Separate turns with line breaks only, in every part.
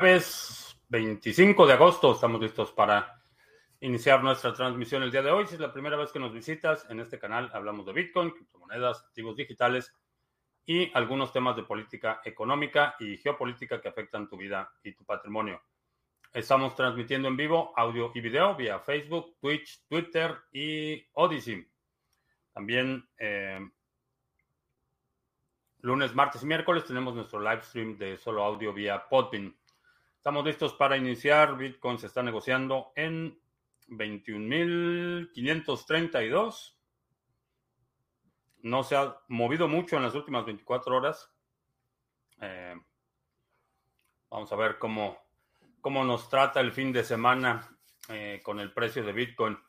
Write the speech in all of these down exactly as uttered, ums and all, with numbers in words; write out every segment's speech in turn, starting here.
Jueves veinticinco de agosto, estamos listos para iniciar nuestra transmisión el día de hoy. Si es la primera vez que nos visitas, en este canal hablamos de Bitcoin, criptomonedas, activos digitales y algunos temas de política económica y geopolítica que afectan tu vida y tu patrimonio. Estamos transmitiendo en vivo audio y video vía Facebook, Twitch, Twitter y Odyssey. También eh, lunes, martes y miércoles tenemos nuestro live stream de solo audio vía Podbean. Estamos listos para iniciar. Bitcoin se está negociando en veintiún mil quinientos treinta y dos. No se ha movido mucho en las últimas veinticuatro horas. Eh, vamos a ver cómo, cómo nos trata el fin de semana eh, con el precio de Bitcoin.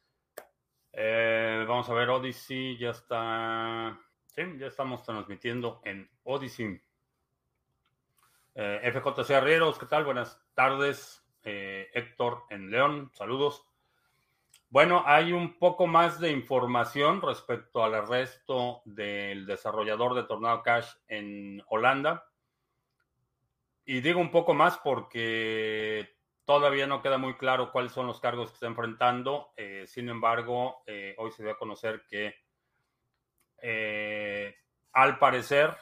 Eh, vamos a ver, Odyssey ya está. Sí, ya estamos transmitiendo en Odyssey. Eh, F J C Arrieros, ¿qué tal? Buenas tardes. Eh, Héctor en León, saludos. Bueno, hay un poco más de información respecto al arresto del desarrollador de Tornado Cash en Holanda. Y digo un poco más porque todavía no queda muy claro cuáles son los cargos que está enfrentando. Eh, sin embargo, eh, hoy se dio a conocer que eh, al parecer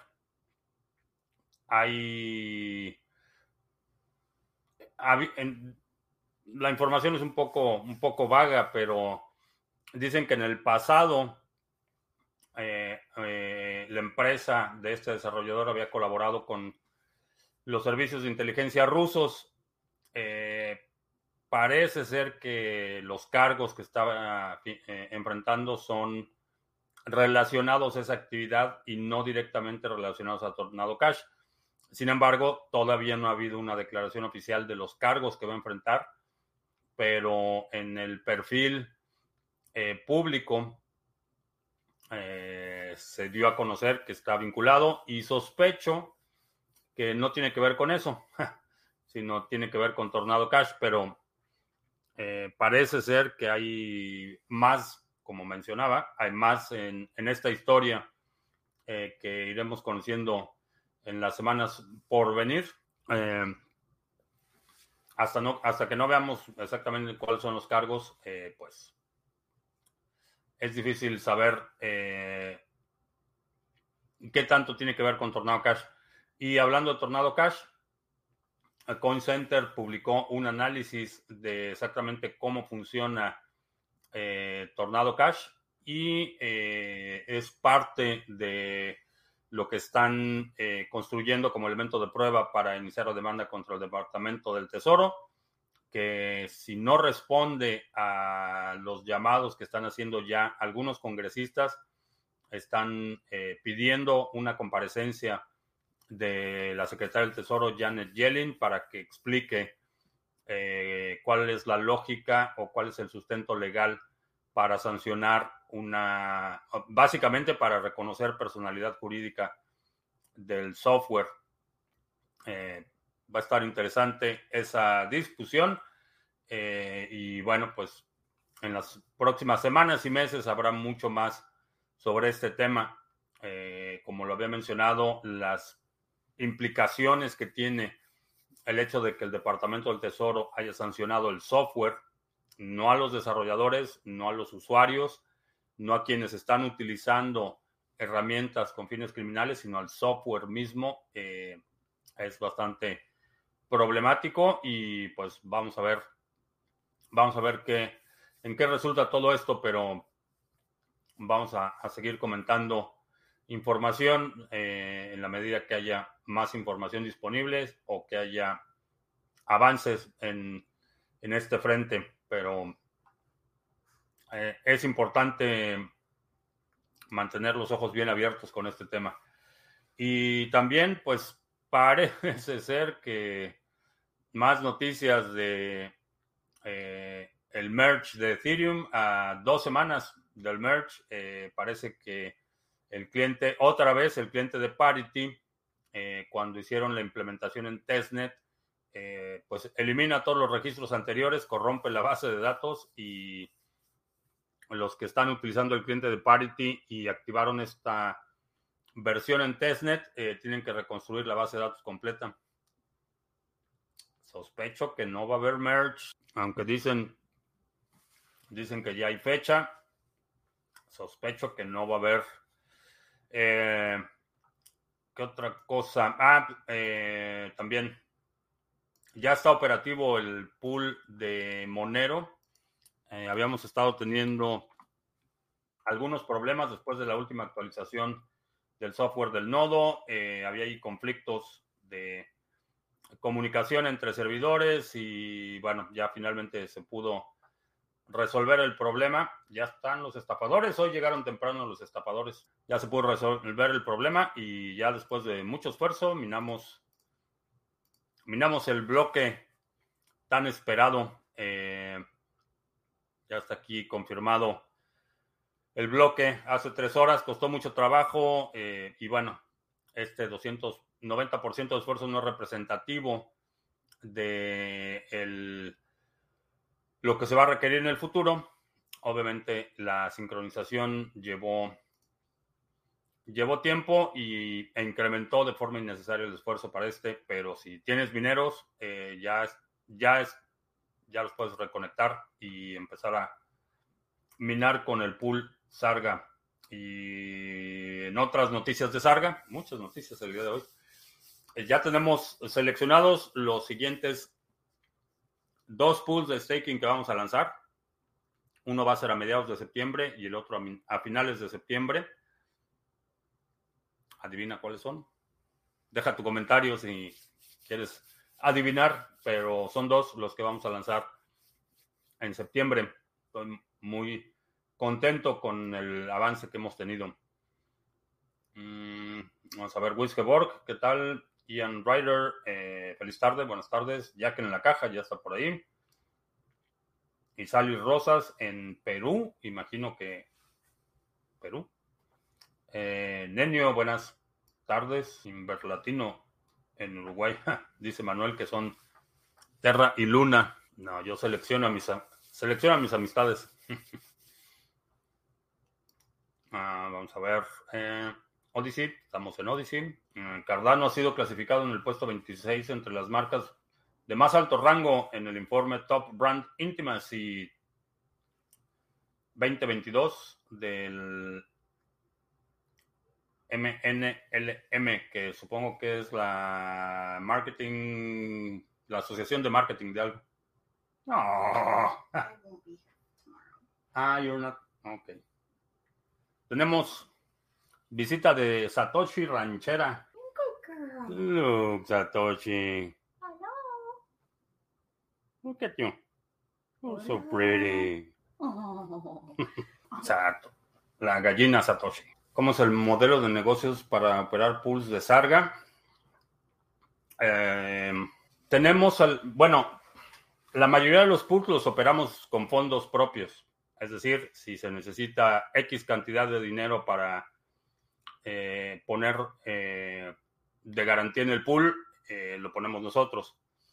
hay... En, la información es un poco, un poco vaga, pero dicen que en el pasado eh, eh, la empresa de este desarrollador había colaborado con los servicios de inteligencia rusos. Eh, parece ser que los cargos que estaba eh, enfrentando son relacionados a esa actividad y no directamente relacionados a Tornado Cash. Sin embargo, todavía no ha habido una declaración oficial de los cargos que va a enfrentar, pero en el perfil eh, público eh, se dio a conocer que está vinculado y sospecho que no tiene que ver con eso, sino tiene que ver con Tornado Cash, pero eh, parece ser que hay más, como mencionaba, hay más en, en esta historia eh, que iremos conociendo en las semanas por venir. Eh, hasta, no, hasta que no veamos exactamente cuáles son los cargos, eh, pues es difícil saber eh, qué tanto tiene que ver con Tornado Cash. Y hablando de Tornado Cash, Coin Center publicó un análisis de exactamente cómo funciona eh, Tornado Cash y eh, es parte de lo que están eh, construyendo como elemento de prueba para iniciar la demanda contra el Departamento del Tesoro, que si no responde a los llamados que están haciendo ya algunos congresistas, están eh, pidiendo una comparecencia de la secretaria del Tesoro, Janet Yellen, para que explique eh, cuál es la lógica o cuál es el sustento legal para sancionar una, básicamente para reconocer personalidad jurídica del software. Eh, va a estar interesante esa discusión eh, y bueno, pues en las próximas semanas y meses habrá mucho más sobre este tema. Eh, como lo había mencionado, las implicaciones que tiene el hecho de que el Departamento del Tesoro haya sancionado el software, no a los desarrolladores, no a los usuarios, no a quienes están utilizando herramientas con fines criminales, sino al software mismo, eh, es bastante problemático y pues vamos a ver, vamos a ver qué, en qué resulta todo esto, pero vamos a, a seguir comentando información eh, en la medida que haya más información disponible o que haya avances en, en este frente, pero eh, es importante mantener los ojos bien abiertos con este tema. Y también, pues, parece ser que más noticias de eh, el merge de Ethereum a dos semanas del merge. Eh, parece que el cliente, otra vez el cliente de Parity, eh, cuando hicieron la implementación en testnet, eh, pues elimina todos los registros anteriores, corrompe la base de datos y los que están utilizando el cliente de Parity y activaron esta versión en testnet eh, tienen que reconstruir la base de datos completa. Sospecho que no va a haber merge, aunque dicen, dicen que ya hay fecha. Sospecho que no va a haber. Eh, ¿Qué otra cosa? Ah, eh, también ya está operativo el pool de Monero. Eh, habíamos estado teniendo algunos problemas después de la última actualización del software del nodo. Eh, había ahí conflictos de comunicación entre servidores y bueno, ya finalmente se pudo resolver el problema. Ya están los estafadores. Hoy llegaron temprano los estafadores. Ya se pudo resolver el problema y ya después de mucho esfuerzo minamos, minamos el bloque tan esperado. Eh, ya está aquí confirmado el bloque. Hace tres horas costó mucho trabajo eh, y bueno, este doscientos noventa por ciento de esfuerzo no es representativo de el, lo que se va a requerir en el futuro. Obviamente la sincronización llevó, llevó tiempo y, e incrementó de forma innecesaria el esfuerzo para este, pero si tienes mineros, eh, ya, es, ya, es, ya los puedes reconectar y empezar a minar con el pool Sarga. Y en otras noticias de Sarga, muchas noticias el día de hoy, eh, ya tenemos seleccionados los siguientes dos pools de staking que vamos a lanzar. Uno va a ser a mediados de septiembre y el otro a, a finales de septiembre. Adivina cuáles son. Deja tu comentario si quieres adivinar, pero son dos los que vamos a lanzar en septiembre. Estoy muy contento con el avance que hemos tenido. Mm, vamos a ver, Wiskeborg, ¿qué tal? Ian Ryder, eh, feliz tarde, buenas tardes. Jack en la caja, ya está por ahí. Y Sally Rosas en Perú, imagino que Perú. Eh, Nenio, buenas tardes. Inverlatino en Uruguay. Dice Manuel que son Terra y Luna. No, yo selecciono a mis, selecciono a mis amistades. Ah, vamos a ver. Eh, Odyssey, estamos en Odyssey. Eh, Cardano ha sido clasificado en el puesto veintiséis entre las marcas de más alto rango en el informe Top Brand Intimacy veinte veintidós del M N L M, que supongo que es la marketing, la asociación de marketing de algo. No. Ah, you're not. Ok. Tenemos visita de Satoshi Ranchera. Look, Satoshi.
Hello.
Look at you. You're so pretty.
Oh.
Exacto. La gallina Satoshi. ¿Cómo es el modelo de negocios para operar pools de Sarga? Eh, tenemos, el, bueno, la mayoría de los pools los operamos con fondos propios. Es decir, si se necesita X cantidad de dinero para eh, poner eh, de garantía en el pool, eh, lo ponemos nosotros.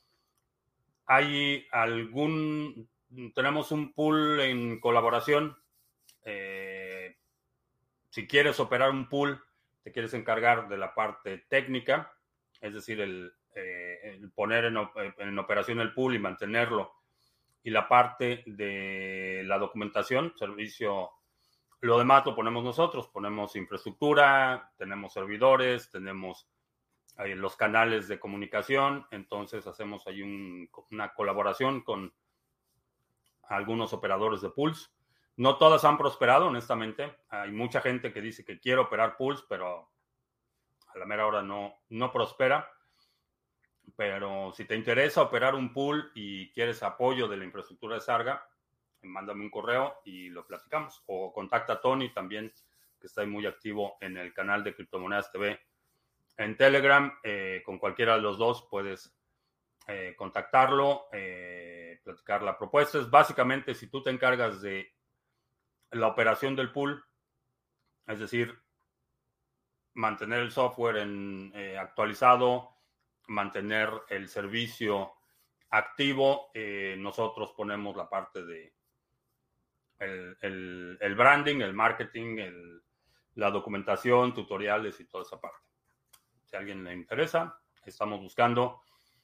Hay algún, tenemos un pool en colaboración. Eh, si quieres operar un pool, te quieres encargar de la parte técnica, es decir, el, eh, el poner en, en operación el pool y mantenerlo. Y la parte de la documentación, servicio, lo demás lo ponemos nosotros, ponemos infraestructura, tenemos servidores, tenemos ahí los canales de comunicación, entonces hacemos ahí un, una colaboración con algunos operadores de pools. No todas han prosperado, honestamente. Hay mucha gente que dice que quiere operar pools, pero a la mera hora no, no prospera. Pero si te interesa operar un pool y quieres apoyo de la infraestructura de Sarga, mándame un correo y lo platicamos. O contacta a Tony también, que está muy activo en el canal de Criptomonedas T V en Telegram. Eh, con cualquiera de los dos puedes eh, contactarlo, eh, platicar la propuesta. Es básicamente si tú te encargas de la operación del pool, es decir, mantener el software en, eh, actualizado, mantener el servicio activo, eh, nosotros ponemos la parte de el, el, el branding, el marketing, el, la documentación, tutoriales y toda esa parte. Si a alguien le interesa, estamos buscando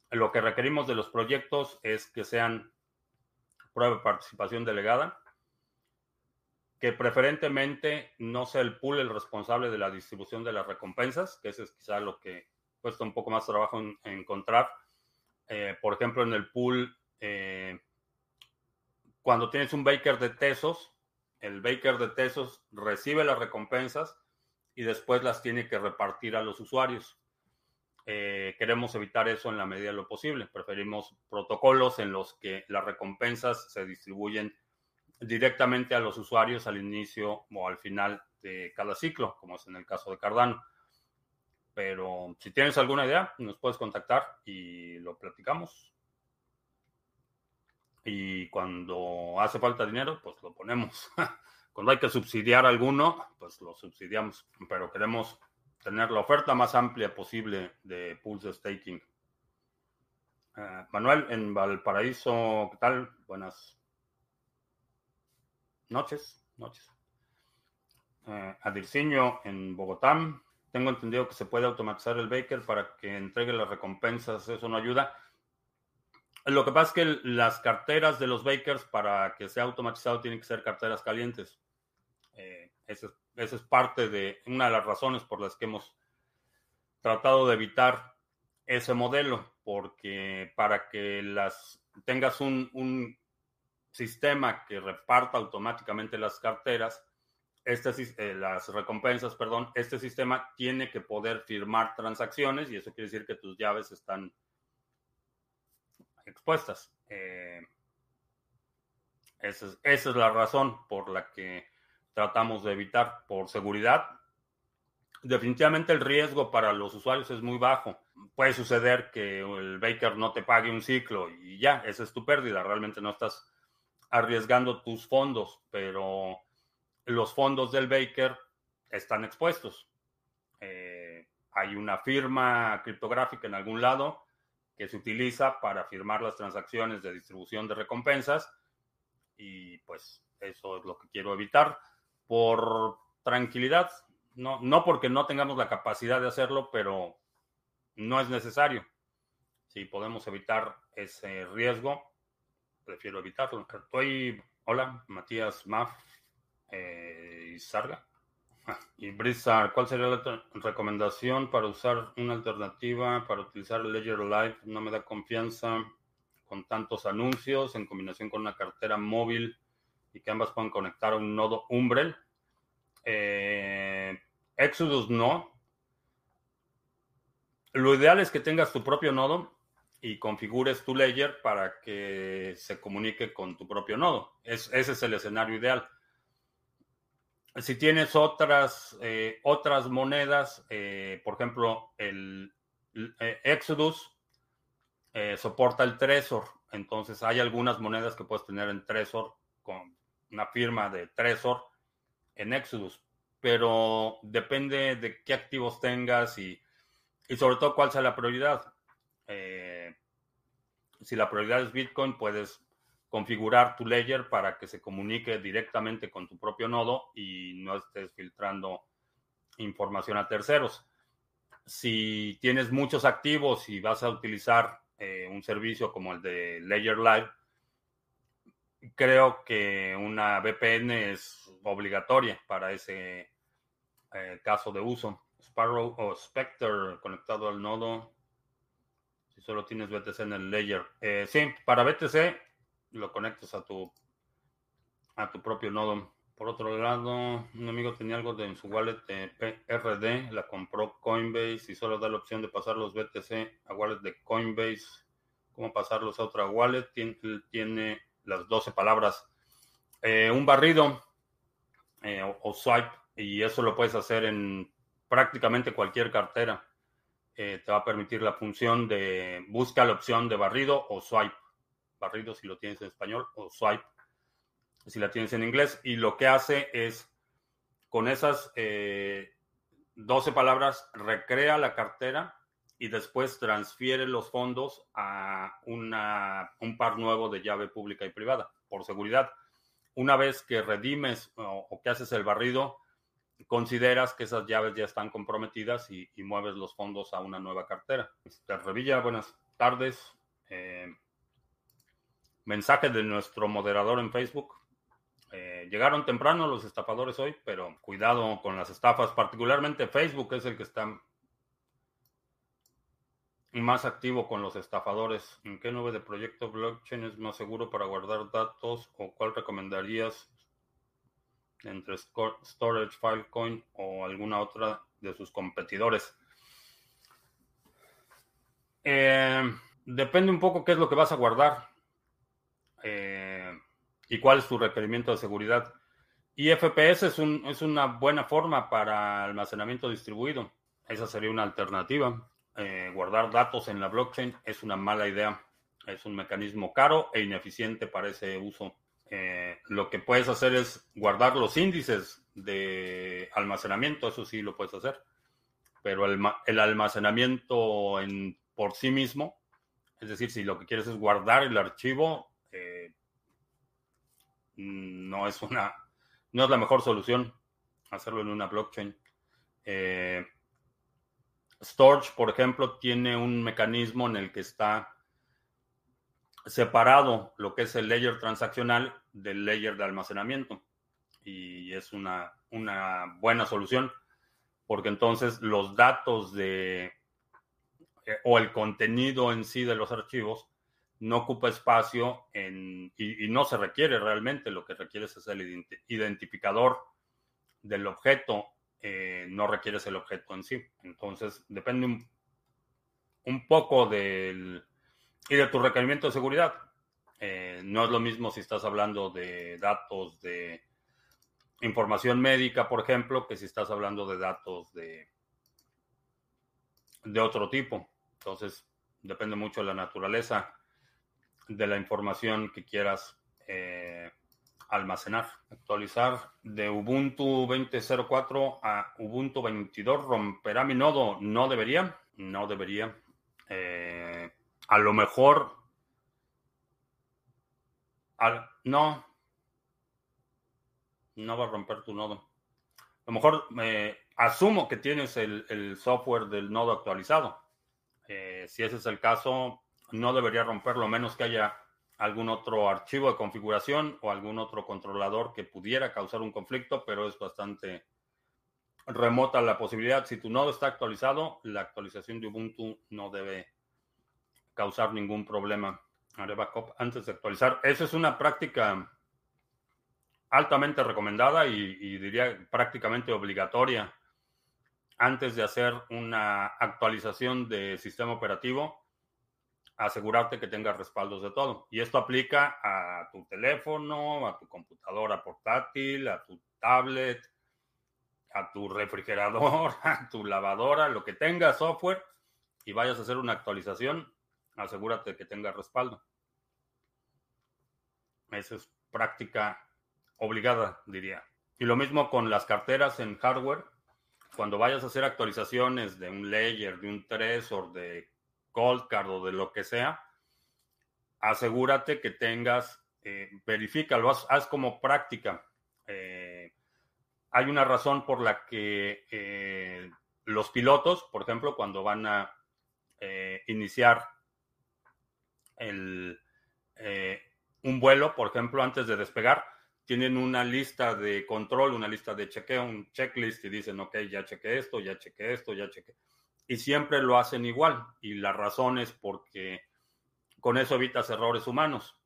Lo que requerimos de los proyectos es que sean prueba de participación delegada, que preferentemente no sea el pool el responsable de la distribución de las recompensas, que eso es quizá lo que cuesta un poco más trabajo en, en encontrar. Eh, por ejemplo, en el pool, eh, cuando tienes un baker de Tesos, el baker de Tesos recibe las recompensas y después las tiene que repartir a los usuarios. Eh, queremos evitar eso en la medida de lo posible. Preferimos protocolos en los que las recompensas se distribuyen directamente a los usuarios al inicio o al final de cada ciclo, como es en el caso de Cardano. Pero si tienes alguna idea, nos puedes contactar y lo platicamos. Y cuando hace falta dinero, pues lo ponemos. Cuando hay que subsidiar alguno, pues lo subsidiamos. Pero queremos tener la oferta más amplia posible de pools de staking. Uh, Manuel, en Valparaíso, ¿qué tal? Buenas noches. noches. Uh, Adirciño, en Bogotá. Tengo entendido que se puede automatizar el baker para que entregue las recompensas. ¿Eso no ayuda? Lo que pasa es que las carteras de los bakers, para que sea automatizado, tienen que ser carteras calientes. Eh, esa, es, esa es parte de una de las razones por las que hemos tratado de evitar ese modelo, porque para que las tengas un, un sistema que reparta automáticamente las carteras, este, eh, las recompensas, perdón, este sistema tiene que poder firmar transacciones y eso quiere decir que tus llaves están expuestas. Eh, esa, es, esa es la razón por la que tratamos de evitar, por seguridad. Definitivamente el riesgo para los usuarios es muy bajo. Puede suceder que el baker no te pague un ciclo y ya, esa es tu pérdida. Realmente no estás arriesgando tus fondos, pero los fondos del baker están expuestos. Eh, hay una firma criptográfica en algún lado que se utiliza para firmar las transacciones de distribución de recompensas y pues eso es lo que quiero evitar por tranquilidad. No, no porque no tengamos la capacidad de hacerlo, pero no es necesario. Si podemos evitar ese riesgo, prefiero evitarlo. Estoy, hola, Matías Maff eh, y Sarga. Ah, y Blizzard, ¿cuál sería la recomendación para usar una alternativa para utilizar el Ledger Live? No me da confianza con tantos anuncios en combinación con una cartera móvil y que ambas puedan conectar a un nodo Umbrel. Eh, Exodus no. Lo ideal es que tengas tu propio nodo y configures tu ledger para que se comunique con tu propio nodo. Es, ese es el escenario ideal. Si tienes otras, eh, otras monedas, eh, por ejemplo, el, el eh, Exodus eh, soporta el Trezor. Entonces hay algunas monedas que puedes tener en Trezor con una firma de Trezor en Exodus. Pero depende de qué activos tengas y, y sobre todo cuál sea la prioridad. Eh, si la prioridad es Bitcoin, puedes configurar tu ledger para que se comunique directamente con tu propio nodo y no estés filtrando información a terceros. Si tienes muchos activos y vas a utilizar eh, un servicio como el de Ledger Live, creo que una V P N es obligatoria para ese eh, caso de uso. Sparrow o Spectre conectado al nodo. Si solo tienes B T C en el Ledger. Eh, sí, para B T C lo conectas a tu a tu propio nodo. Por otro lado, un amigo tenía algo de en su wallet de P R D, la compró Coinbase y solo da la opción de pasar los B T C a wallet de Coinbase. ¿Cómo pasarlos a otra wallet? Tiene, tiene las doce palabras. Eh, un barrido eh, o, o swipe, y eso lo puedes hacer en prácticamente cualquier cartera. Eh, te va a permitir la función de busca la opción de barrido o swipe. Barrido si lo tienes en español o swipe si la tienes en inglés. Y lo que hace es, con esas eh, doce palabras, recrea la cartera y después transfiere los fondos a una, un par nuevo de llave pública y privada, por seguridad. Una vez que redimes o, o que haces el barrido, consideras que esas llaves ya están comprometidas y, y mueves los fondos a una nueva cartera. Mister Revilla, buenas tardes. Eh, mensaje de nuestro moderador en Facebook. Eh, llegaron temprano los estafadores hoy, pero cuidado con las estafas. Particularmente Facebook es el que está más activo con los estafadores. ¿En qué nube de proyecto blockchain es más seguro para guardar datos o cuál recomendarías entre Storage, Filecoin o alguna otra de sus competidores? Eh, depende un poco qué es lo que vas a guardar eh, y cuál es tu requerimiento de seguridad. I F P S es, un, es una buena forma para almacenamiento distribuido. Esa sería una alternativa. Eh, guardar datos en la blockchain es una mala idea. Es un mecanismo caro e ineficiente para ese uso. Eh, lo que puedes hacer es guardar los índices de almacenamiento, eso sí lo puedes hacer. Pero el, el almacenamiento en, por sí mismo, es decir, si lo que quieres es guardar el archivo, eh, no es una, no es la mejor solución hacerlo en una blockchain. Eh, Storage, por ejemplo, tiene un mecanismo en el que está separado lo que es el ledger transaccional del ledger de almacenamiento. Y es una, una buena solución, porque entonces los datos de eh, o el contenido en sí de los archivos no ocupa espacio en, y, y no se requiere realmente. Lo que requiere es el identificador del objeto, eh, no requieres el objeto en sí. Entonces, depende un, un poco del y de tu requerimiento de seguridad. Eh, no es lo mismo si estás hablando de datos de información médica, por ejemplo, que si estás hablando de datos de, de otro tipo. Entonces, depende mucho de la naturaleza de la información que quieras eh, almacenar. Actualizar de Ubuntu veinte cero cuatro a Ubuntu veintidós romperá mi nodo. No debería, no debería. Eh, a lo mejor, al, no, no va a romper tu nodo. A lo mejor eh, asumo que tienes el, el, software del nodo actualizado. Eh, si ese es el caso, no debería romperlo, a menos que haya algún otro archivo de configuración o algún otro controlador que pudiera causar un conflicto, pero es bastante remota la posibilidad. Si tu nodo está actualizado, la actualización de Ubuntu no debe causar ningún problema. Haré backup antes de actualizar. Esa es una práctica altamente recomendada y, y diría prácticamente obligatoria antes de hacer una actualización de sistema operativo. Asegurarte que tengas respaldos de todo. Y esto aplica a tu teléfono, a tu computadora portátil, a tu tablet, a tu refrigerador, a tu lavadora, lo que tenga software y vayas a hacer una actualización, asegúrate que tenga respaldo. Esa es práctica obligada, diría. Y lo mismo con las carteras en hardware. Cuando vayas a hacer actualizaciones de un Ledger, de un Trezor, de Coldcard o de lo que sea, asegúrate que tengas, eh, verifícalo, haz, haz como práctica. Eh, hay una razón por la que eh, los pilotos, por ejemplo, cuando van a eh, iniciar el, eh, un vuelo, por ejemplo, antes de despegar, tienen una lista de control, una lista de chequeo, un checklist y dicen, ok, ya chequé esto, ya chequé esto, ya chequé. Y siempre lo hacen igual. Y la razón es porque con eso evitas errores humanos.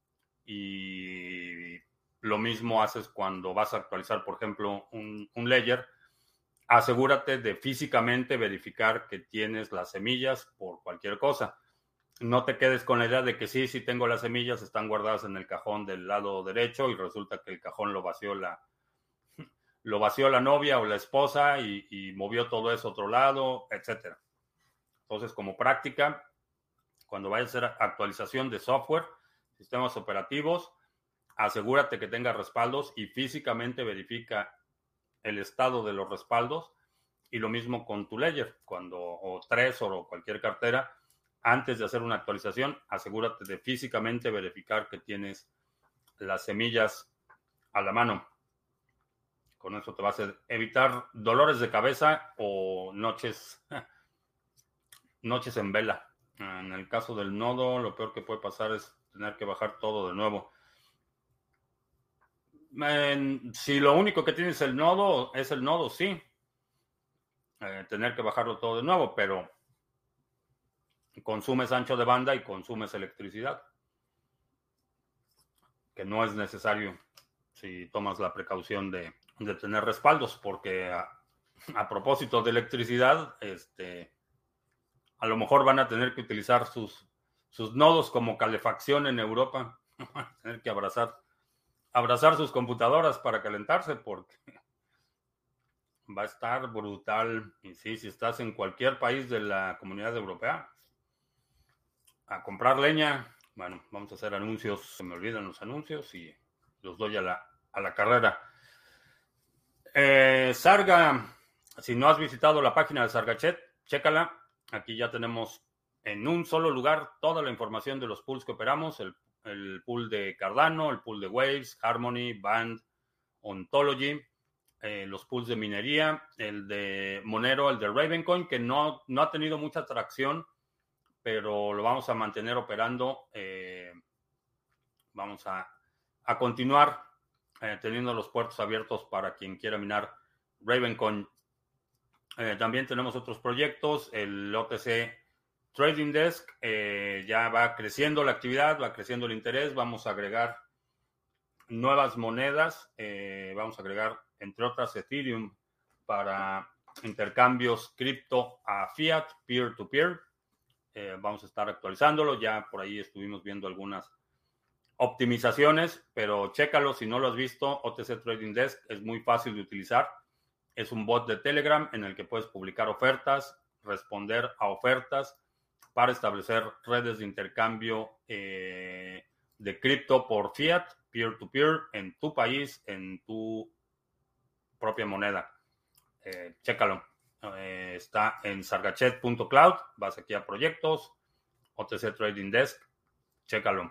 Y lo mismo haces cuando vas a actualizar, por ejemplo, un, un ledger. Asegúrate de físicamente verificar que tienes las semillas por cualquier cosa. No te quedes con la idea de que sí, sí tengo las semillas, están guardadas en el cajón del lado derecho y resulta que el cajón lo vació la, lo vació la novia o la esposa y, y movió todo eso a otro lado, etcétera. Entonces, como práctica, cuando vayas a hacer actualización de software, sistemas operativos, asegúrate que tenga respaldos y físicamente verifica el estado de los respaldos. Y lo mismo con tu Ledger, cuando, o Trezor o cualquier cartera, antes de hacer una actualización, asegúrate de físicamente verificar que tienes las semillas a la mano. Con eso te vas a evitar dolores de cabeza o noches, noches en vela. En el caso del nodo, lo peor que puede pasar es tener que bajar todo de nuevo. En- si lo único que tienes el nodo es el nodo, sí. Eh, tener que bajarlo todo de nuevo, pero consumes ancho de banda y consumes electricidad, que no es necesario si tomas la precaución de, de tener respaldos, porque a, a propósito de electricidad, este, a lo mejor van a tener que utilizar sus, sus nodos como calefacción en Europa. Van a tener que abrazar, abrazar sus computadoras para calentarse porque va a estar brutal. Y sí, si estás en cualquier país de la Comunidad Europea, a comprar leña. Bueno, vamos a hacer anuncios. Se me olvidan los anuncios y los doy a la, a la carrera. Eh, Sarga, si no has visitado la página de Sargachet, chécala. Aquí ya tenemos en un solo lugar toda la información de los pools que operamos, el, el pool de Cardano, el pool de Waves, Harmony, Band, Ontology, eh, los pools de minería, el de Monero, el de Ravencoin, que no, no ha tenido mucha atracción, pero lo vamos a mantener operando. Eh, vamos a, a continuar eh, teniendo los puertos abiertos para quien quiera minar Ravencoin. Eh, también tenemos otros proyectos, el O T C Trading Desk, eh, ya va creciendo la actividad, va creciendo el interés, vamos a agregar nuevas monedas, eh, vamos a agregar, entre otras, Ethereum para intercambios cripto a fiat, peer-to-peer. Eh, vamos a estar actualizándolo, ya por ahí estuvimos viendo algunas optimizaciones, pero chécalo si no lo has visto. O T C Trading Desk es muy fácil de utilizar. Es un bot de Telegram en el que puedes publicar ofertas, responder a ofertas para establecer redes de intercambio eh, de cripto por fiat, peer-to-peer, en tu país, en tu propia moneda. Eh, chécalo. Eh, está en sargachet punto cloud. Vas aquí a proyectos, O T C Trading Desk, chécalo.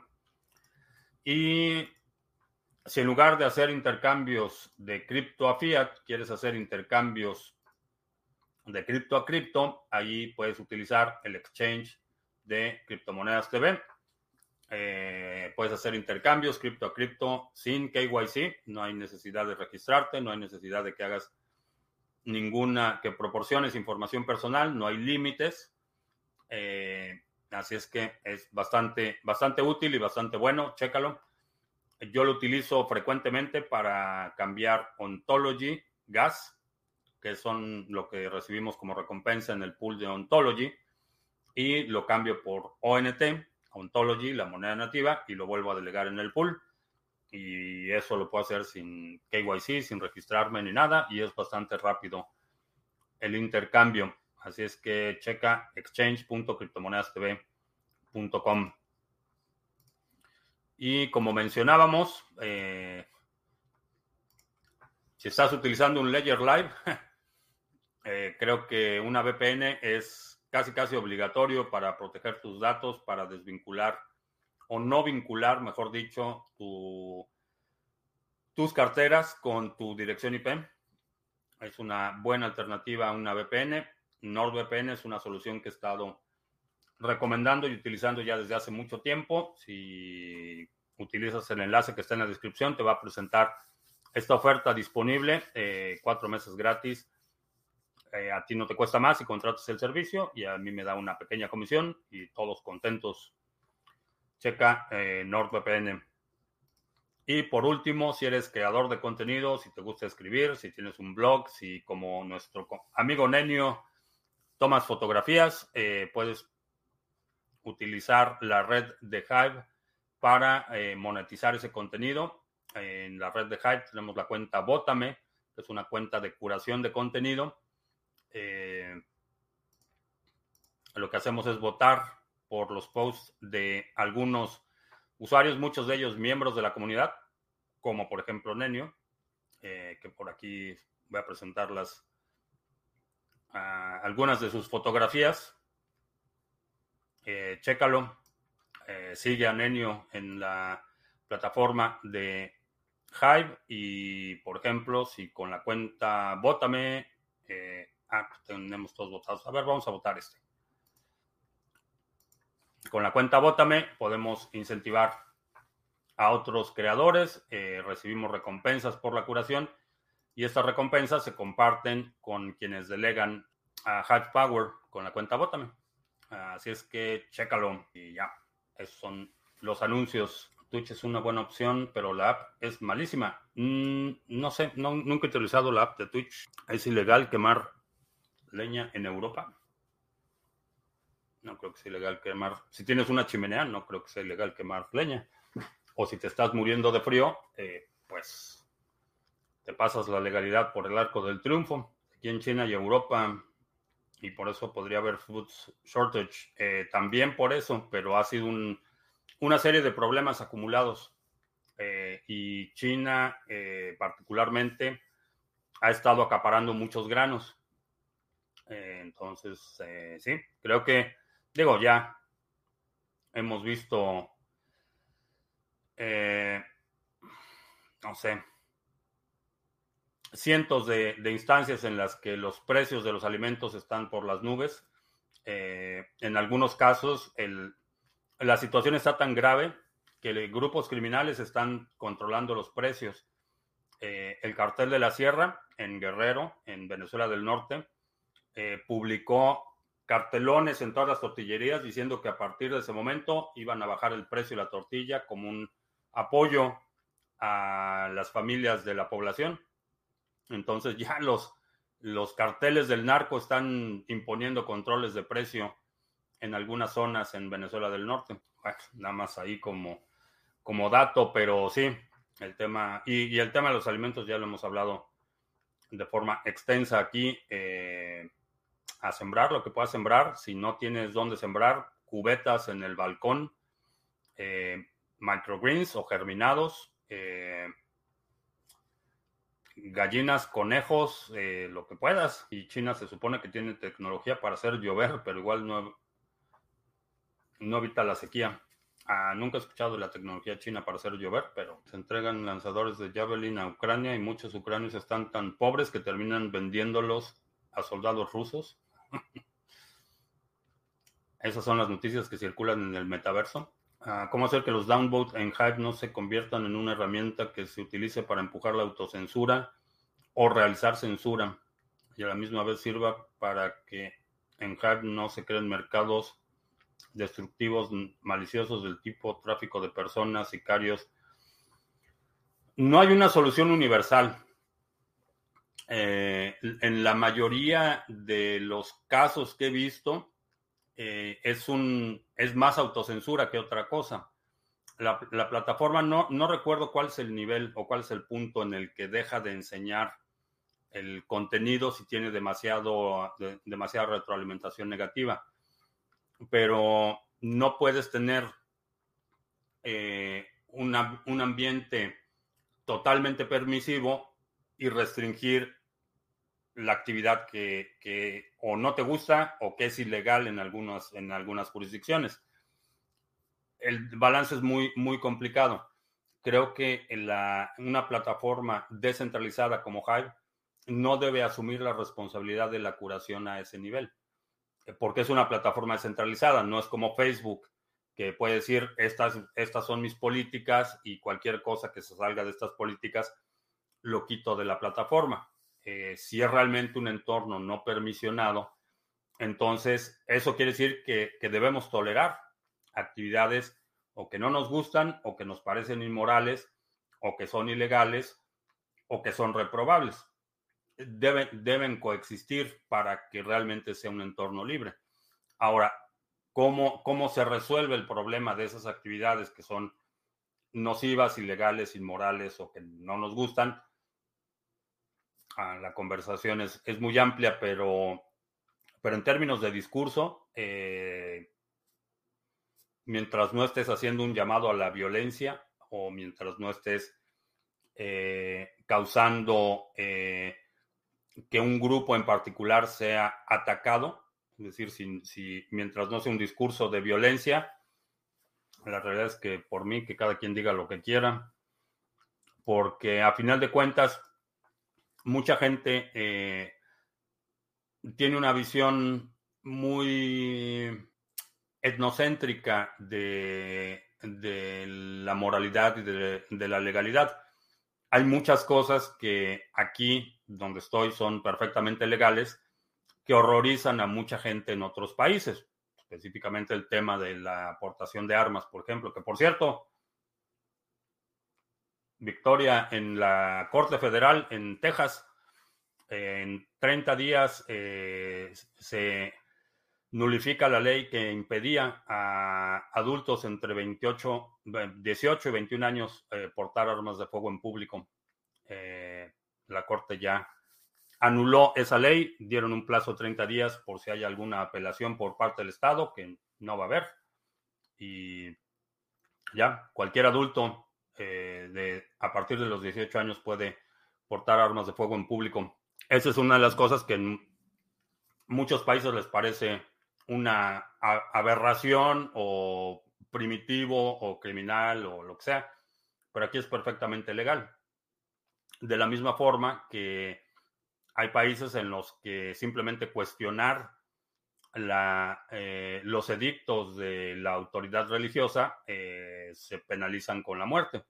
Y si en lugar de hacer intercambios de cripto a fiat, quieres hacer intercambios de cripto a cripto, ahí puedes utilizar el exchange de Criptomonedas T V. Eh, puedes hacer intercambios cripto a cripto sin K Y C, no hay necesidad de registrarte, no hay necesidad de que hagas ninguna, que proporciones información personal, no hay límites. Eh, así es que es bastante, bastante útil y bastante bueno, chécalo. Yo lo utilizo frecuentemente para cambiar Ontology, Gas, que son lo que recibimos como recompensa en el pool de Ontology, y lo cambio por O N T, Ontology, la moneda nativa, y lo vuelvo a delegar en el pool. Y eso lo puedo hacer sin K Y C, sin registrarme ni nada, y es bastante rápido el intercambio. Así es que checa exchange punto criptomonedas t v punto com. Y como mencionábamos, eh, si estás utilizando un Ledger Live, eh, creo que una V P N es casi casi obligatorio para proteger tus datos, para desvincular o no vincular, mejor dicho, tu, tus carteras con tu dirección I P. Es una buena alternativa a una V P N. NordVPN es una solución que he estado recomendando y utilizando ya desde hace mucho tiempo. Si utilizas el enlace que está en la descripción, te va a presentar esta oferta disponible, eh, cuatro meses gratis. Eh, a ti no te cuesta más si contratas el servicio y a mí me da una pequeña comisión y todos contentos. Checa eh, NordVPN. Y por último, si eres creador de contenido, si te gusta escribir, si tienes un blog, si como nuestro amigo Nenio tomas fotografías, eh, puedes utilizar la red de Hive para eh, monetizar ese contenido. En la red de Hive tenemos la cuenta Bótame, que es una cuenta de curación de contenido. Eh, lo que hacemos es votar por los posts de algunos usuarios, muchos de ellos miembros de la comunidad, como por ejemplo Nenio, eh, que por aquí voy a presentarlas, uh, algunas de sus fotografías. Eh, chécalo, eh, sigue a Nenio en la plataforma de Hive y, por ejemplo, si con la cuenta Vótame, eh, ah, tenemos todos votados. A ver, vamos a votar este. Con la cuenta Bótame podemos incentivar a otros creadores, eh, recibimos recompensas por la curación y estas recompensas se comparten con quienes delegan a Hive Power con la cuenta Bótame. Así es que chécalo y ya. Esos son los anuncios. Twitch es una buena opción, pero la app es malísima. Mm, no sé, no, nunca he utilizado la app de Twitch. ¿Es ilegal quemar leña en Europa? No creo que sea ilegal quemar. Si tienes una chimenea, no creo que sea ilegal quemar leña. O si te estás muriendo de frío, eh, pues te pasas la legalidad por el arco del triunfo. Aquí en China y Europa, y por eso podría haber food shortage. Eh, también por eso, pero ha sido un, una serie de problemas acumulados. Eh, y China, eh, particularmente, ha estado acaparando muchos granos. Eh, entonces, eh, sí, creo que, digo, ya hemos visto, eh, no sé, cientos de, de, instancias en las que los precios de los alimentos están por las nubes. Eh, en algunos casos, el, la situación está tan grave que grupos criminales están controlando los precios. Eh, el cartel de la Sierra, en Guerrero, en Venezuela del Norte, eh, publicó cartelones en todas las tortillerías diciendo que a partir de ese momento iban a bajar el precio de la tortilla como un apoyo a las familias de la población. Entonces ya los, los carteles del narco están imponiendo controles de precio en algunas zonas en Venezuela del Norte. Bueno, nada más ahí como, como dato, pero sí, el tema, y, y el tema de los alimentos ya lo hemos hablado de forma extensa aquí. Eh, a sembrar lo que puedas sembrar. Si no tienes dónde sembrar, cubetas en el balcón, eh, microgreens o germinados, eh, gallinas, conejos, eh, lo que puedas. Y China se supone que tiene tecnología para hacer llover, pero igual no, no evita la sequía. Ah, nunca he escuchado de la tecnología china para hacer llover, pero se entregan lanzadores de Javelin a Ucrania y muchos ucranios están tan pobres que terminan vendiéndolos a soldados rusos. Esas son las noticias que circulan en el metaverso. Uh, ¿Cómo hacer que los downvotes en Hive no se conviertan en una herramienta que se utilice para empujar la autocensura o realizar censura y a la misma vez sirva para que en Hive no se creen mercados destructivos maliciosos del tipo tráfico de personas, sicarios? No hay una solución universal. Eh, en la mayoría de los casos que he visto, Eh, es, un, es más autocensura que otra cosa. La, la plataforma, no, no recuerdo cuál es el nivel o cuál es el punto en el que deja de enseñar el contenido si tiene demasiado, de, demasiada retroalimentación negativa, pero no puedes tener eh, una, un ambiente totalmente permisivo y restringir la actividad que, que o no te gusta o que es ilegal en algunas, en algunas jurisdicciones. El balance es muy, muy complicado. Creo que en la, una plataforma descentralizada como Hive no debe asumir la responsabilidad de la curación a ese nivel, porque es una plataforma descentralizada, no es como Facebook, que puede decir, estas, estas son mis políticas y cualquier cosa que se salga de estas políticas lo quito de la plataforma. Eh, si es realmente un entorno no permisionado, entonces eso quiere decir que, que debemos tolerar actividades o que no nos gustan o que nos parecen inmorales o que son ilegales o que son reprobables. Deben, deben coexistir para que realmente sea un entorno libre. Ahora, ¿cómo, cómo se resuelve el problema de esas actividades que son nocivas, ilegales, inmorales o que no nos gustan? Ah, la conversación es, es muy amplia, pero, pero en términos de discurso, eh, mientras no estés haciendo un llamado a la violencia o mientras no estés eh, causando eh, que un grupo en particular sea atacado, es decir, si, si mientras no sea un discurso de violencia, la realidad es que por mí, que cada quien diga lo que quiera, porque a final de cuentas, mucha gente eh, tiene una visión muy etnocéntrica de, de la moralidad y de, de la legalidad. Hay muchas cosas que aquí, donde estoy, son perfectamente legales, que horrorizan a mucha gente en otros países. Específicamente el tema de la aportación de armas, por ejemplo, que por cierto, victoria en la Corte Federal en Texas. En treinta días eh, se nulifica la ley que impedía a adultos entre veintiocho, dieciocho y veintiún años eh, portar armas de fuego en público. Eh, la Corte ya anuló esa ley, dieron un plazo de treinta días por si hay alguna apelación por parte del Estado, que no va a haber. Y ya, cualquier adulto eh, de, a partir de los dieciocho años puede portar armas de fuego en público. Esa es una de las cosas que en muchos países les parece una aberración o primitivo o criminal o lo que sea, pero aquí es perfectamente legal. De la misma forma que hay países en los que simplemente cuestionar la, eh, los edictos de la autoridad religiosa eh, se penalizan con la muerte.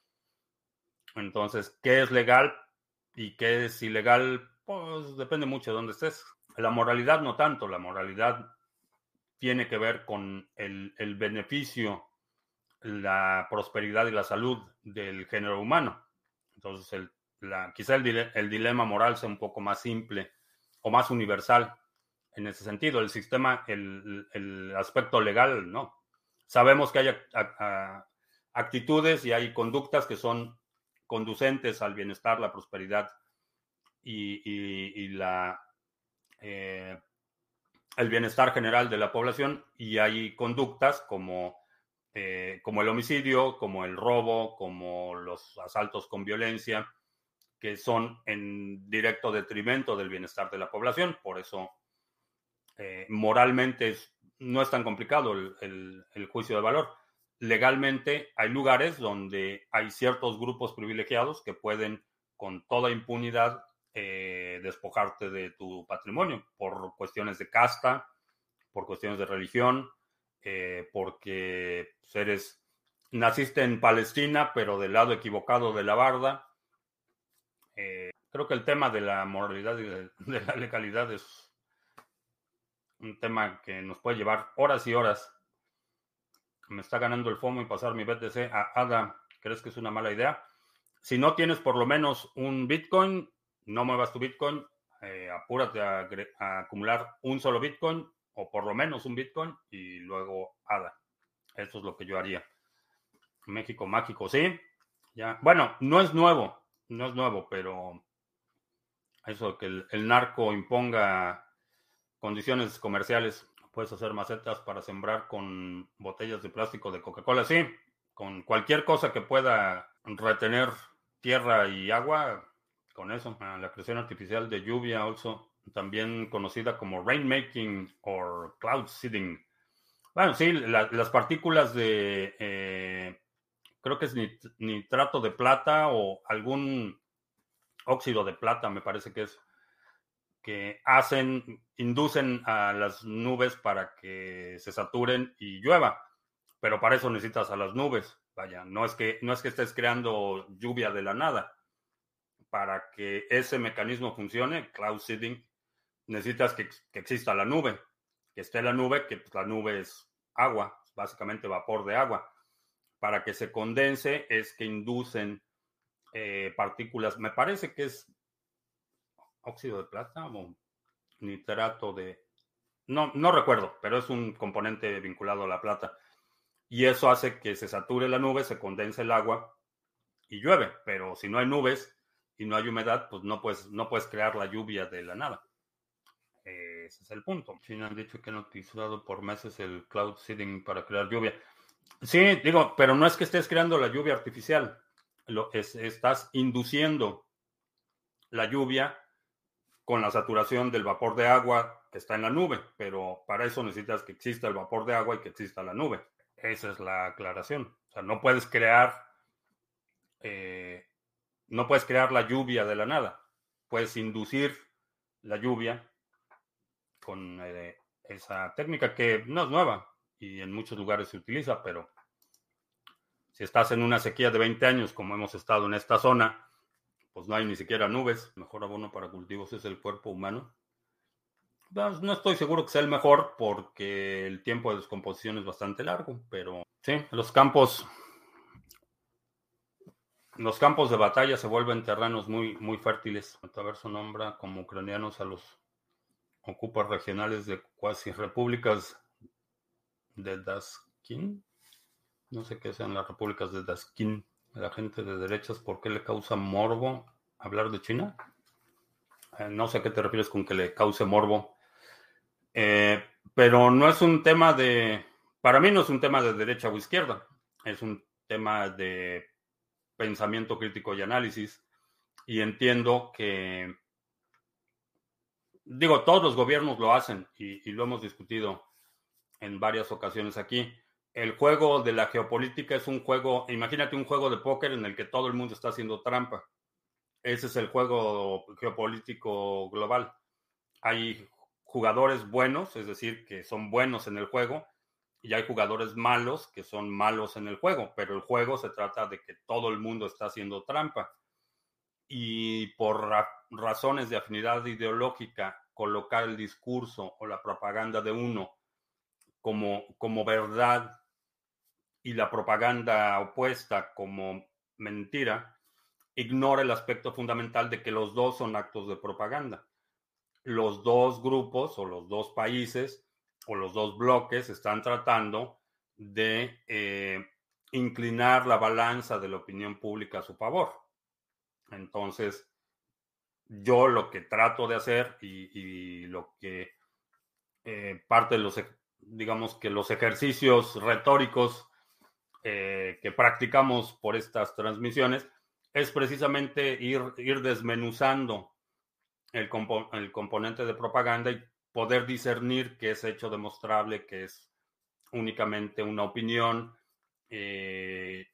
Entonces, ¿qué es legal y qué es ilegal? Pues depende mucho de dónde estés. La moralidad no tanto, la moralidad tiene que ver con el, el beneficio, la prosperidad y la salud del género humano. Entonces, el, la, quizá el, dile, el dilema moral sea un poco más simple o más universal en ese sentido. El sistema, el, el aspecto legal, no. Sabemos que hay a, a, actitudes y hay conductas que son conducentes al bienestar, la prosperidad y, y, y la, eh, el bienestar general de la población, y hay conductas como, eh, como el homicidio, como el robo, como los asaltos con violencia, que son en directo detrimento del bienestar de la población. Por eso, eh, moralmente es, no es tan complicado el, el, el juicio de valor. Legalmente hay lugares donde hay ciertos grupos privilegiados que pueden con toda impunidad eh, despojarte de tu patrimonio por cuestiones de casta, por cuestiones de religión, eh, porque eres, naciste en Palestina, pero del lado equivocado de la barda. Eh, creo que el tema de la moralidad y de, de la legalidad es un tema que nos puede llevar horas y horas. Me está ganando el FOMO y pasar mi B T C a ADA. ¿Crees que es una mala idea? Si no tienes por lo menos un Bitcoin, no muevas tu Bitcoin. Eh, apúrate a, a acumular un solo Bitcoin o por lo menos un Bitcoin y luego ADA. Eso es lo que yo haría. México mágico, sí. Ya. Bueno, no es nuevo, no es nuevo, pero eso que el, el narco imponga condiciones comerciales. Puedes hacer macetas para sembrar con botellas de plástico de Coca-Cola, sí. Con cualquier cosa que pueda retener tierra y agua, con eso. La creación artificial de lluvia, also, también conocida como rainmaking o cloud seeding. Bueno, sí, la, las partículas de, eh, creo que es nit, nitrato de plata o algún óxido de plata, me parece que es, que hacen, inducen a las nubes para que se saturen y llueva. Pero para eso necesitas a las nubes. Vaya, no es que, no es que estés creando lluvia de la nada. Para que ese mecanismo funcione, cloud seeding, necesitas que, que exista la nube. Que esté la nube, que pues, la nube es agua, básicamente vapor de agua. Para que se condense es que inducen eh, partículas, me parece que es óxido de plata o nitrato de... No, no recuerdo, pero es un componente vinculado a la plata. Y eso hace que se sature la nube, se condense el agua y llueve. Pero si no hay nubes y no hay humedad, pues no puedes, no puedes crear la lluvia de la nada. Eh, ese es el punto. China han dicho que han utilizado por meses el cloud seeding para crear lluvia. Sí, digo, pero no es que estés creando la lluvia artificial. Lo, es, estás induciendo la lluvia con la saturación del vapor de agua que está en la nube, pero para eso necesitas que exista el vapor de agua y que exista la nube. Esa es la aclaración. O sea, no puedes crear, eh, no puedes crear la lluvia de la nada. Puedes inducir la lluvia con eh, esa técnica que no es nueva y en muchos lugares se utiliza, pero si estás en una sequía de veinte años, como hemos estado en esta zona, pues no hay ni siquiera nubes. Mejor abono para cultivos es el cuerpo humano. No, no estoy seguro que sea el mejor porque el tiempo de descomposición es bastante largo, pero sí, los campos, los campos de batalla se vuelven terrenos muy, muy fértiles. Metaverso nombra como ucranianos a los ocupas regionales de cuasi repúblicas de Daskin. No sé qué sean las repúblicas de Daskin. La gente de derechas, ¿por qué le causa morbo hablar de China? Eh, no sé a qué te refieres con que le cause morbo. Eh, pero no es un tema de, para mí no es un tema de derecha o izquierda, es un tema de pensamiento crítico y análisis. Y entiendo que, digo, todos los gobiernos lo hacen y, y lo hemos discutido en varias ocasiones aquí. El juego de la geopolítica es un juego, imagínate un juego de póker en el que todo el mundo está haciendo trampa. Ese es el juego geopolítico global. Hay jugadores buenos, es decir, que son buenos en el juego, y hay jugadores malos que son malos en el juego, pero el juego se trata de que todo el mundo está haciendo trampa. Y por ra razones de afinidad ideológica, colocar el discurso o la propaganda de uno como, como verdad y la propaganda opuesta como mentira, ignora el aspecto fundamental de que los dos son actos de propaganda. Los dos grupos o los dos países o los dos bloques están tratando de eh, inclinar la balanza de la opinión pública a su favor. Entonces, yo lo que trato de hacer y, y lo que eh, parte de los, digamos que los ejercicios retóricos eh, que practicamos por estas transmisiones es precisamente ir, ir desmenuzando el, compo el componente de propaganda y poder discernir qué es hecho demostrable, qué es únicamente una opinión. Eh,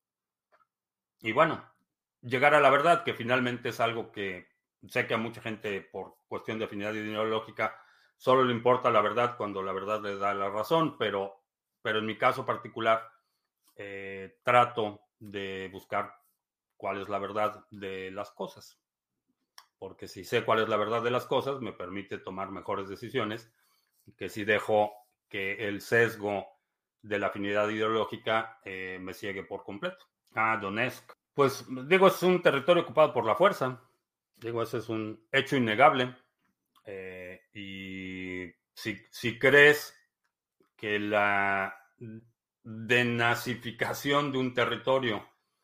y bueno, llegar a la verdad, que finalmente es algo que sé que a mucha gente por cuestión de afinidad ideológica solo le importa la verdad cuando la verdad le da la razón, pero, pero en mi caso particular eh, trato de buscar cuál es la verdad de las cosas, porque si sé cuál es la verdad de las cosas, me permite tomar mejores decisiones que si dejo que el sesgo de la afinidad ideológica eh, me ciegue por completo. Ah, Donetsk. Pues digo, es un territorio ocupado por la fuerza. Digo, ese es un hecho innegable. Eh, y si, si crees que la denazificación de un territorio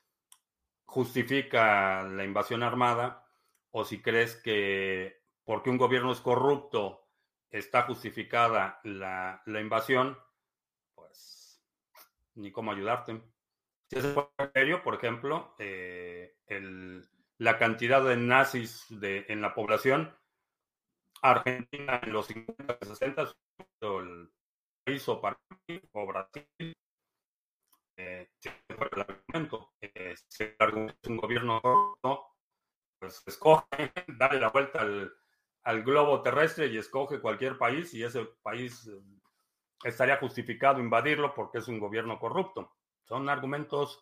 justifica la invasión armada, o si crees que porque un gobierno es corrupto está justificada la, la invasión, pues ni cómo ayudarte. Si es serio, por ejemplo, eh, el, la cantidad de nazis de, en la población, Argentina en los cincuenta, sesenta, el país o, para, o Brasil, eh, si fue el argumento, eh, si el argumento es un gobierno corrupto, pues escoge, dale la vuelta al, al globo terrestre y escoge cualquier país y ese país eh, estaría justificado invadirlo porque es un gobierno corrupto. Son argumentos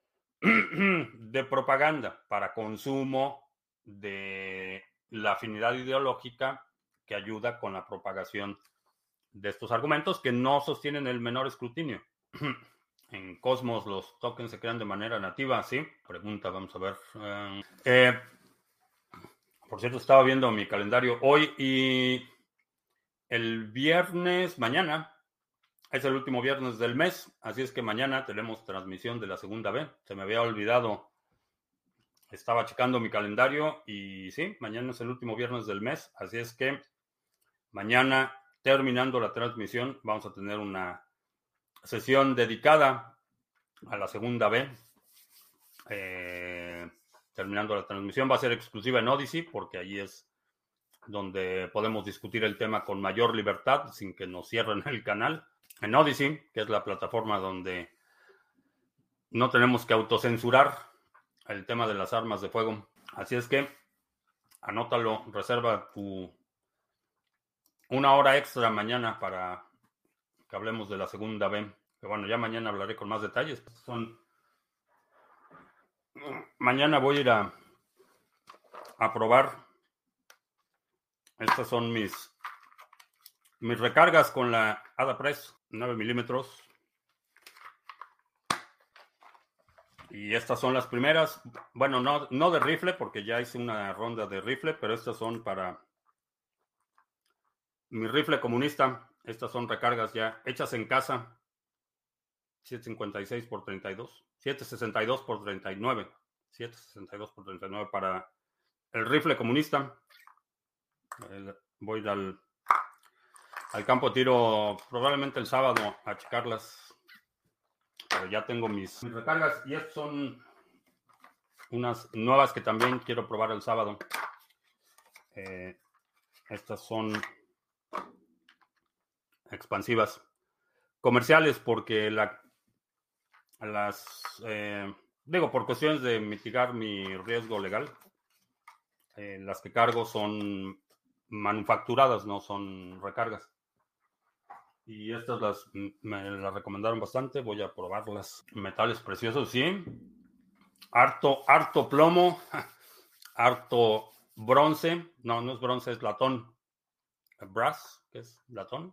de propaganda para consumo de la afinidad ideológica que ayuda con la propagación de estos argumentos que no sostienen el menor escrutinio. En Cosmos los tokens se crean de manera nativa, ¿sí? Pregunta, vamos a ver. Eh, eh, por cierto, estaba viendo mi calendario hoy y el viernes, mañana, es el último viernes del mes, así es que mañana tenemos transmisión de la segunda B. Se me había olvidado, estaba checando mi calendario y sí, mañana es el último viernes del mes, así es que mañana, terminando la transmisión, vamos a tener una sesión dedicada a la segunda B. Eh, terminando la transmisión va a ser exclusiva en Odyssey porque ahí es donde podemos discutir el tema con mayor libertad sin que nos cierren el canal. En Odyssey, que es la plataforma donde no tenemos que autocensurar el tema de las armas de fuego. Así es que anótalo, reserva tu una hora extra mañana para que hablemos de la segunda B. Que bueno, ya mañana hablaré con más detalles. Son... Mañana voy a ir a, a probar. Estas son mis, mis recargas con la AdaPress nueve milímetros. Y estas son las primeras. Bueno, no, no de rifle, porque ya hice una ronda de rifle, pero estas son para mi rifle comunista. Estas son recargas ya hechas en casa. setecientos cincuenta y seis por treinta y dos. setecientos sesenta y dos por treinta y nueve. setecientos sesenta y dos por treinta y nueve para el rifle comunista. El, voy a ir al, al campo de tiro probablemente el sábado a checarlas. Pero ya tengo mis, mis recargas. Y estas son unas nuevas que también quiero probar el sábado. Eh, estas son expansivas. Comerciales porque la, las... Eh, digo, por cuestiones de mitigar mi riesgo legal. Eh, las que cargo son manufacturadas, no son recargas. Y estas las, me las recomendaron bastante. Voy a probarlas. Metales preciosos, sí. Harto, harto plomo. Harto bronce. No, no es bronce, es latón. Brass, ¿qué es? ¿Latón?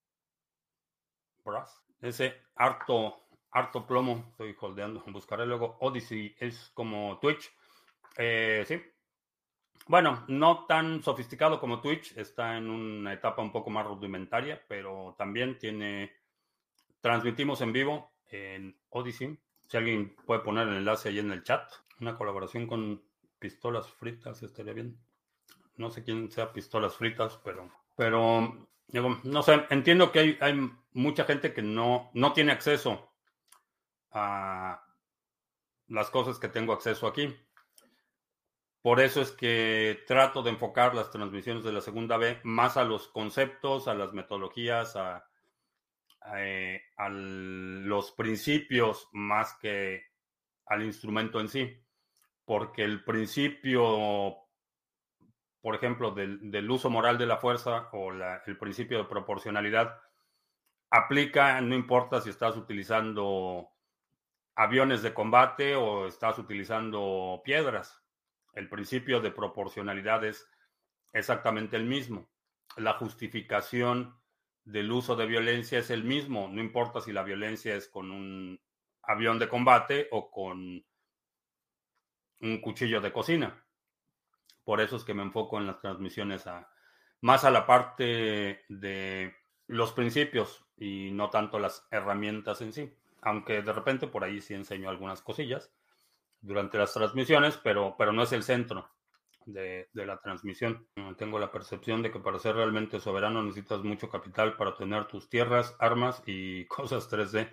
Brass. Ese harto, harto plomo. Estoy holdeando. Buscaré luego. Odyssey es como Twitch. Eh, sí. Bueno, no tan sofisticado como Twitch, está en una etapa un poco más rudimentaria, pero también tiene, transmitimos en vivo en Odyssey. Si alguien puede poner el enlace ahí en el chat, una colaboración con Pistolas Fritas estaría bien. No sé quién sea Pistolas Fritas, pero, pero digo, no sé, entiendo que hay, hay mucha gente que no, no tiene acceso a las cosas que tengo acceso aquí. Por eso es que trato de enfocar las transmisiones de la segunda B más a los conceptos, a las metodologías, a, a, eh, a los principios más que al instrumento en sí. Porque el principio, por ejemplo, del, del uso moral de la fuerza o la, el principio de proporcionalidad aplica, no importa si estás utilizando aviones de combate o estás utilizando piedras. El principio de proporcionalidad es exactamente el mismo. La justificación del uso de violencia es el mismo. No importa si la violencia es con un avión de combate o con un cuchillo de cocina. Por eso es que me enfoco en las transmisiones a, más a la parte de los principios y no tanto las herramientas en sí. Aunque de repente por ahí sí enseño algunas cosillas durante las transmisiones, pero, pero no es el centro de, de la transmisión. Tengo la percepción de que para ser realmente soberano necesitas mucho capital para tener tus tierras, armas y cosas tres D.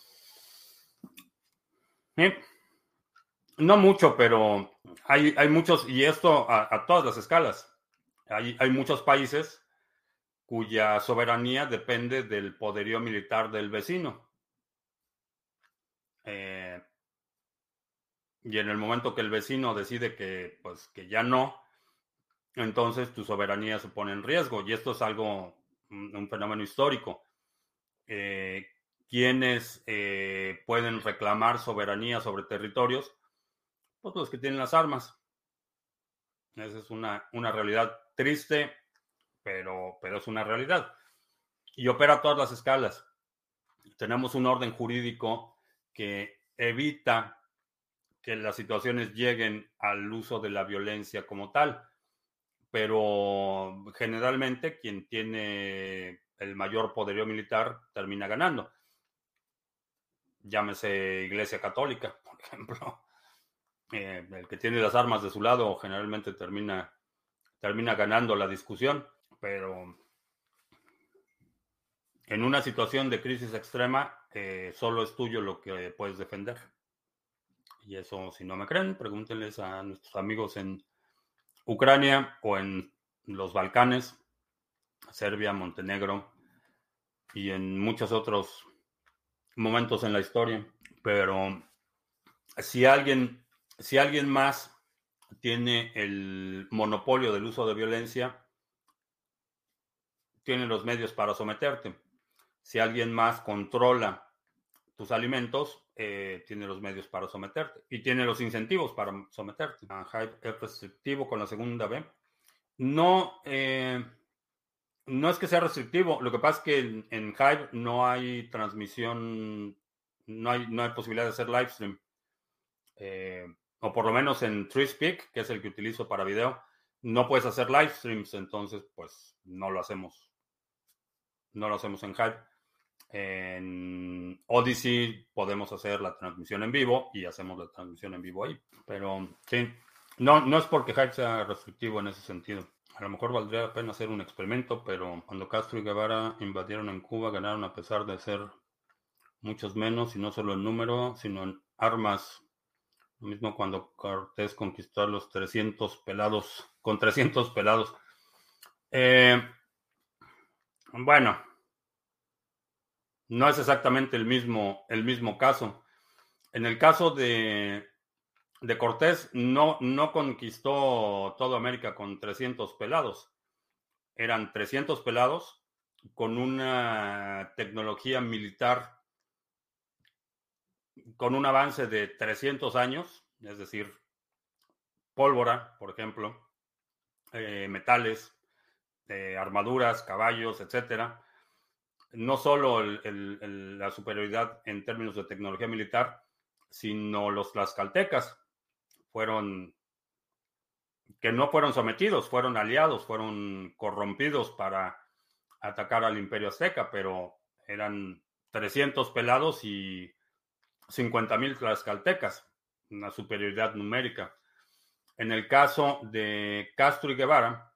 ¿Eh? No mucho, pero hay, hay muchos, y esto a, a todas las escalas. Hay, hay muchos países cuya soberanía depende del poderío militar del vecino. Eh, y en el momento que el vecino decide que, pues, que ya no, entonces tu soberanía se pone en riesgo. Y esto es algo, un, un fenómeno histórico. Eh, ¿Quiénes eh, pueden reclamar soberanía sobre territorios? Pues los que tienen las armas. Esa es una, una realidad triste, pero, pero es una realidad. Y opera a todas las escalas. Tenemos un orden jurídico que evita que las situaciones lleguen al uso de la violencia como tal. Pero generalmente quien tiene el mayor poderío militar termina ganando. Llámese Iglesia Católica, por ejemplo. Eh, el que tiene las armas de su lado generalmente termina, termina ganando la discusión, pero en una situación de crisis extrema eh, solo es tuyo lo que puedes defender. Y eso, si no me creen, pregúntenles a nuestros amigos en Ucrania o en los Balcanes, Serbia, Montenegro y en muchos otros momentos en la historia. Pero si alguien, si alguien más tiene el monopolio del uso de violencia, tiene los medios para someterte. Si alguien más controla tus alimentos, eh, tiene los medios para someterte y tiene los incentivos para someterte. Ah, Hive es restrictivo con la segunda B. No, eh, no es que sea restrictivo. Lo que pasa es que en, en Hive no hay transmisión, no hay, no hay posibilidad de hacer live stream. Eh, o por lo menos en TreeSpeak, que es el que utilizo para video, no puedes hacer live streams, entonces pues no lo hacemos. No lo hacemos en Hive. En Odyssey podemos hacer la transmisión en vivo y hacemos la transmisión en vivo ahí. Pero sí, no, no es porque Hive sea restrictivo en ese sentido. A lo mejor valdría la pena hacer un experimento, pero cuando Castro y Guevara invadieron en Cuba, ganaron a pesar de ser muchos menos, y no solo en número, sino en armas. Lo mismo cuando Cortés conquistó a los trescientos pelados, con trescientos pelados. Eh, bueno, no es exactamente el mismo, el mismo caso. En el caso de, de Cortés, no, no conquistó toda América con trescientos pelados. Eran trescientos pelados con una tecnología militar, con un avance de trescientos años, es decir, pólvora, por ejemplo, eh, metales, eh, armaduras, caballos, etcétera. No solo el, el, el, la superioridad en términos de tecnología militar, sino los tlaxcaltecas fueron, que no fueron sometidos, fueron aliados, fueron corrompidos para atacar al Imperio Azteca, pero eran trescientos pelados y cincuenta mil tlaxcaltecas, una superioridad numérica. En el caso de Castro y Guevara,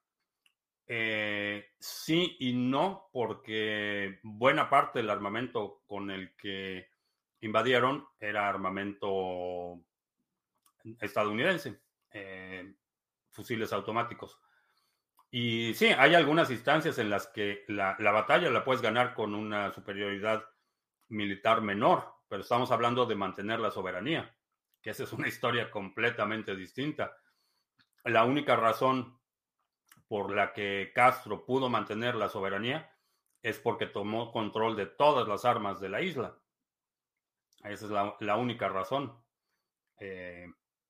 eh, sí y no, porque buena parte del armamento con el que invadieron era armamento estadounidense, eh, fusiles automáticos. Y sí, hay algunas instancias en las que la, la batalla la puedes ganar con una superioridad militar menor, pero estamos hablando de mantener la soberanía, que esa es una historia completamente distinta. La única razón por la que Castro pudo mantener la soberanía es porque tomó control de todas las armas de la isla. Esa es la, la única razón. Eh,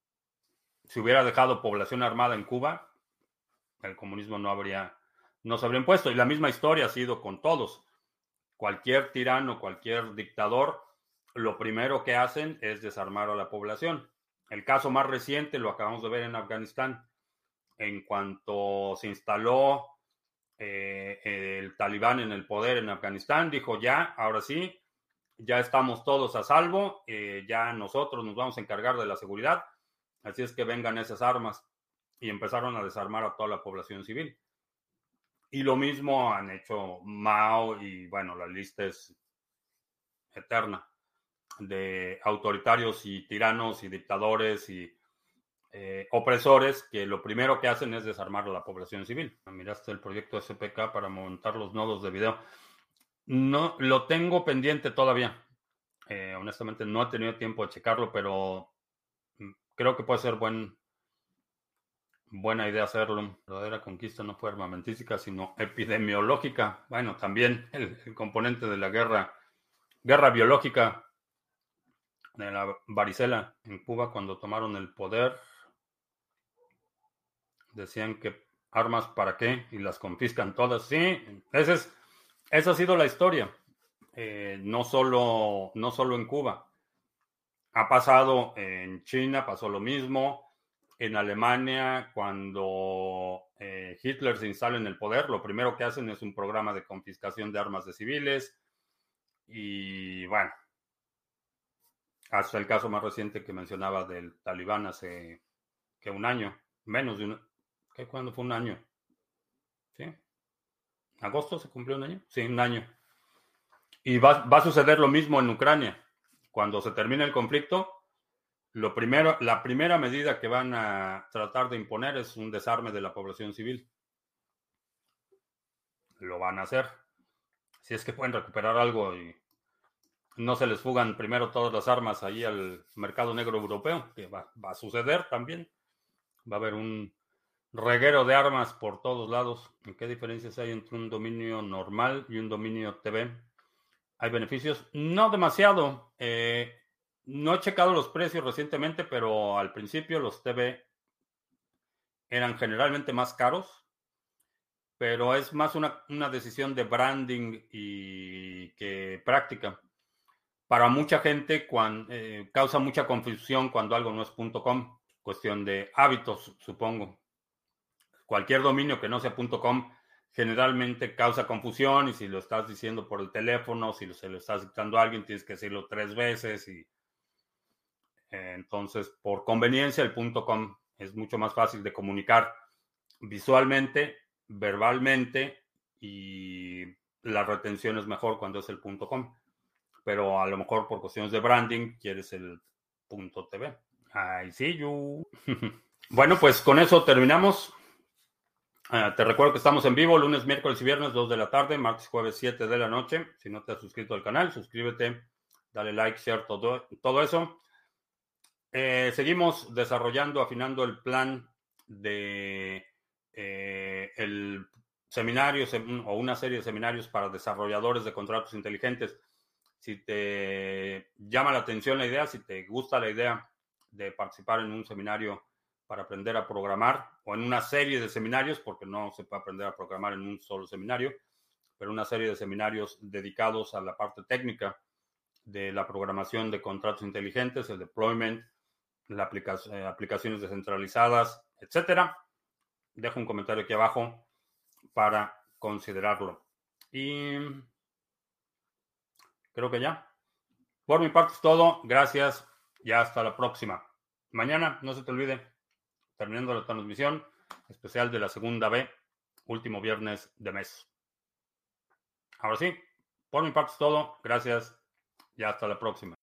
si hubiera dejado población armada en Cuba, el comunismo no habría, no se habría impuesto. Y la misma historia ha sido con todos. Cualquier tirano, cualquier dictador, lo primero que hacen es desarmar a la población. El caso más reciente lo acabamos de ver en Afganistán. En cuanto se instaló eh, el talibán en el poder en Afganistán, dijo ya, ahora sí, ya estamos todos a salvo, eh, ya nosotros nos vamos a encargar de la seguridad, así es que vengan esas armas. Y empezaron a desarmar a toda la población civil. Y lo mismo han hecho Mao y bueno, la lista es eterna de autoritarios y tiranos y dictadores y eh, opresores que lo primero que hacen es desarmar a la población civil. Miraste el proyecto S P K para montar los nodos de video. No, lo tengo pendiente todavía. Eh, honestamente no he tenido tiempo de checarlo, pero creo que puede ser buen, buena idea hacerlo. La verdadera conquista no fue armamentística, sino epidemiológica. Bueno, también el, el componente de la guerra, guerra biológica de la varicela en Cuba cuando tomaron el poder. Decían que armas para qué y las confiscan todas. Sí, ese es, esa ha sido la historia. Eh, no solo, no solo en Cuba. Ha pasado en China, pasó lo mismo. En Alemania, cuando eh, Hitler se instala en el poder, lo primero que hacen es un programa de confiscación de armas de civiles. Y bueno, hasta el caso más reciente que mencionaba del Talibán hace que un año, menos de un, ¿qué, ¿cuándo fue un año? ¿Sí? ¿Agosto se cumplió un año? Sí, un año. Y va, va a suceder lo mismo en Ucrania. Cuando se termine el conflicto, lo primero, la primera medida que van a tratar de imponer es un desarme de la población civil. Lo van a hacer. Si es que pueden recuperar algo y no se les fugan primero todas las armas ahí al mercado negro europeo, que va, va a suceder también. Va a haber un reguero de armas por todos lados. ¿Qué diferencias hay entre un dominio normal y un dominio T V? ¿Hay beneficios? No demasiado. Eh, no he checado los precios recientemente, pero al principio los T V eran generalmente más caros, pero es más una, una decisión de branding y que práctica. Para mucha gente cuan- eh, causa mucha confusión cuando algo no es .com, cuestión de hábitos, supongo. Cualquier dominio que no sea .com generalmente causa confusión y si lo estás diciendo por el teléfono, si se lo estás dictando a alguien, tienes que decirlo tres veces y eh, entonces por conveniencia el .com es mucho más fácil de comunicar visualmente, verbalmente y la retención es mejor cuando es el .com, pero a lo mejor por cuestiones de branding quieres el .tv. I see you. Bueno, pues con eso terminamos. Uh, te recuerdo que estamos en vivo lunes, miércoles y viernes, dos de la tarde, martes y jueves, siete de la noche. Si no te has suscrito al canal, suscríbete, dale like, share, todo, todo eso. Eh, seguimos desarrollando, afinando el plan de eh, el seminario sem o una serie de seminarios para desarrolladores de contratos inteligentes. Si te llama la atención la idea, si te gusta la idea de participar en un seminario para aprender a programar o en una serie de seminarios, porque no se puede aprender a programar en un solo seminario, pero una serie de seminarios dedicados a la parte técnica de la programación de contratos inteligentes, el deployment, las aplica eh, aplicaciones descentralizadas, etcétera. Dejo un comentario aquí abajo para considerarlo. Y creo que ya. Por mi parte es todo. Gracias y hasta la próxima. Mañana, no se te olvide, terminando la transmisión especial de la segunda B, último viernes de mes. Ahora sí, por mi parte es todo. Gracias y hasta la próxima.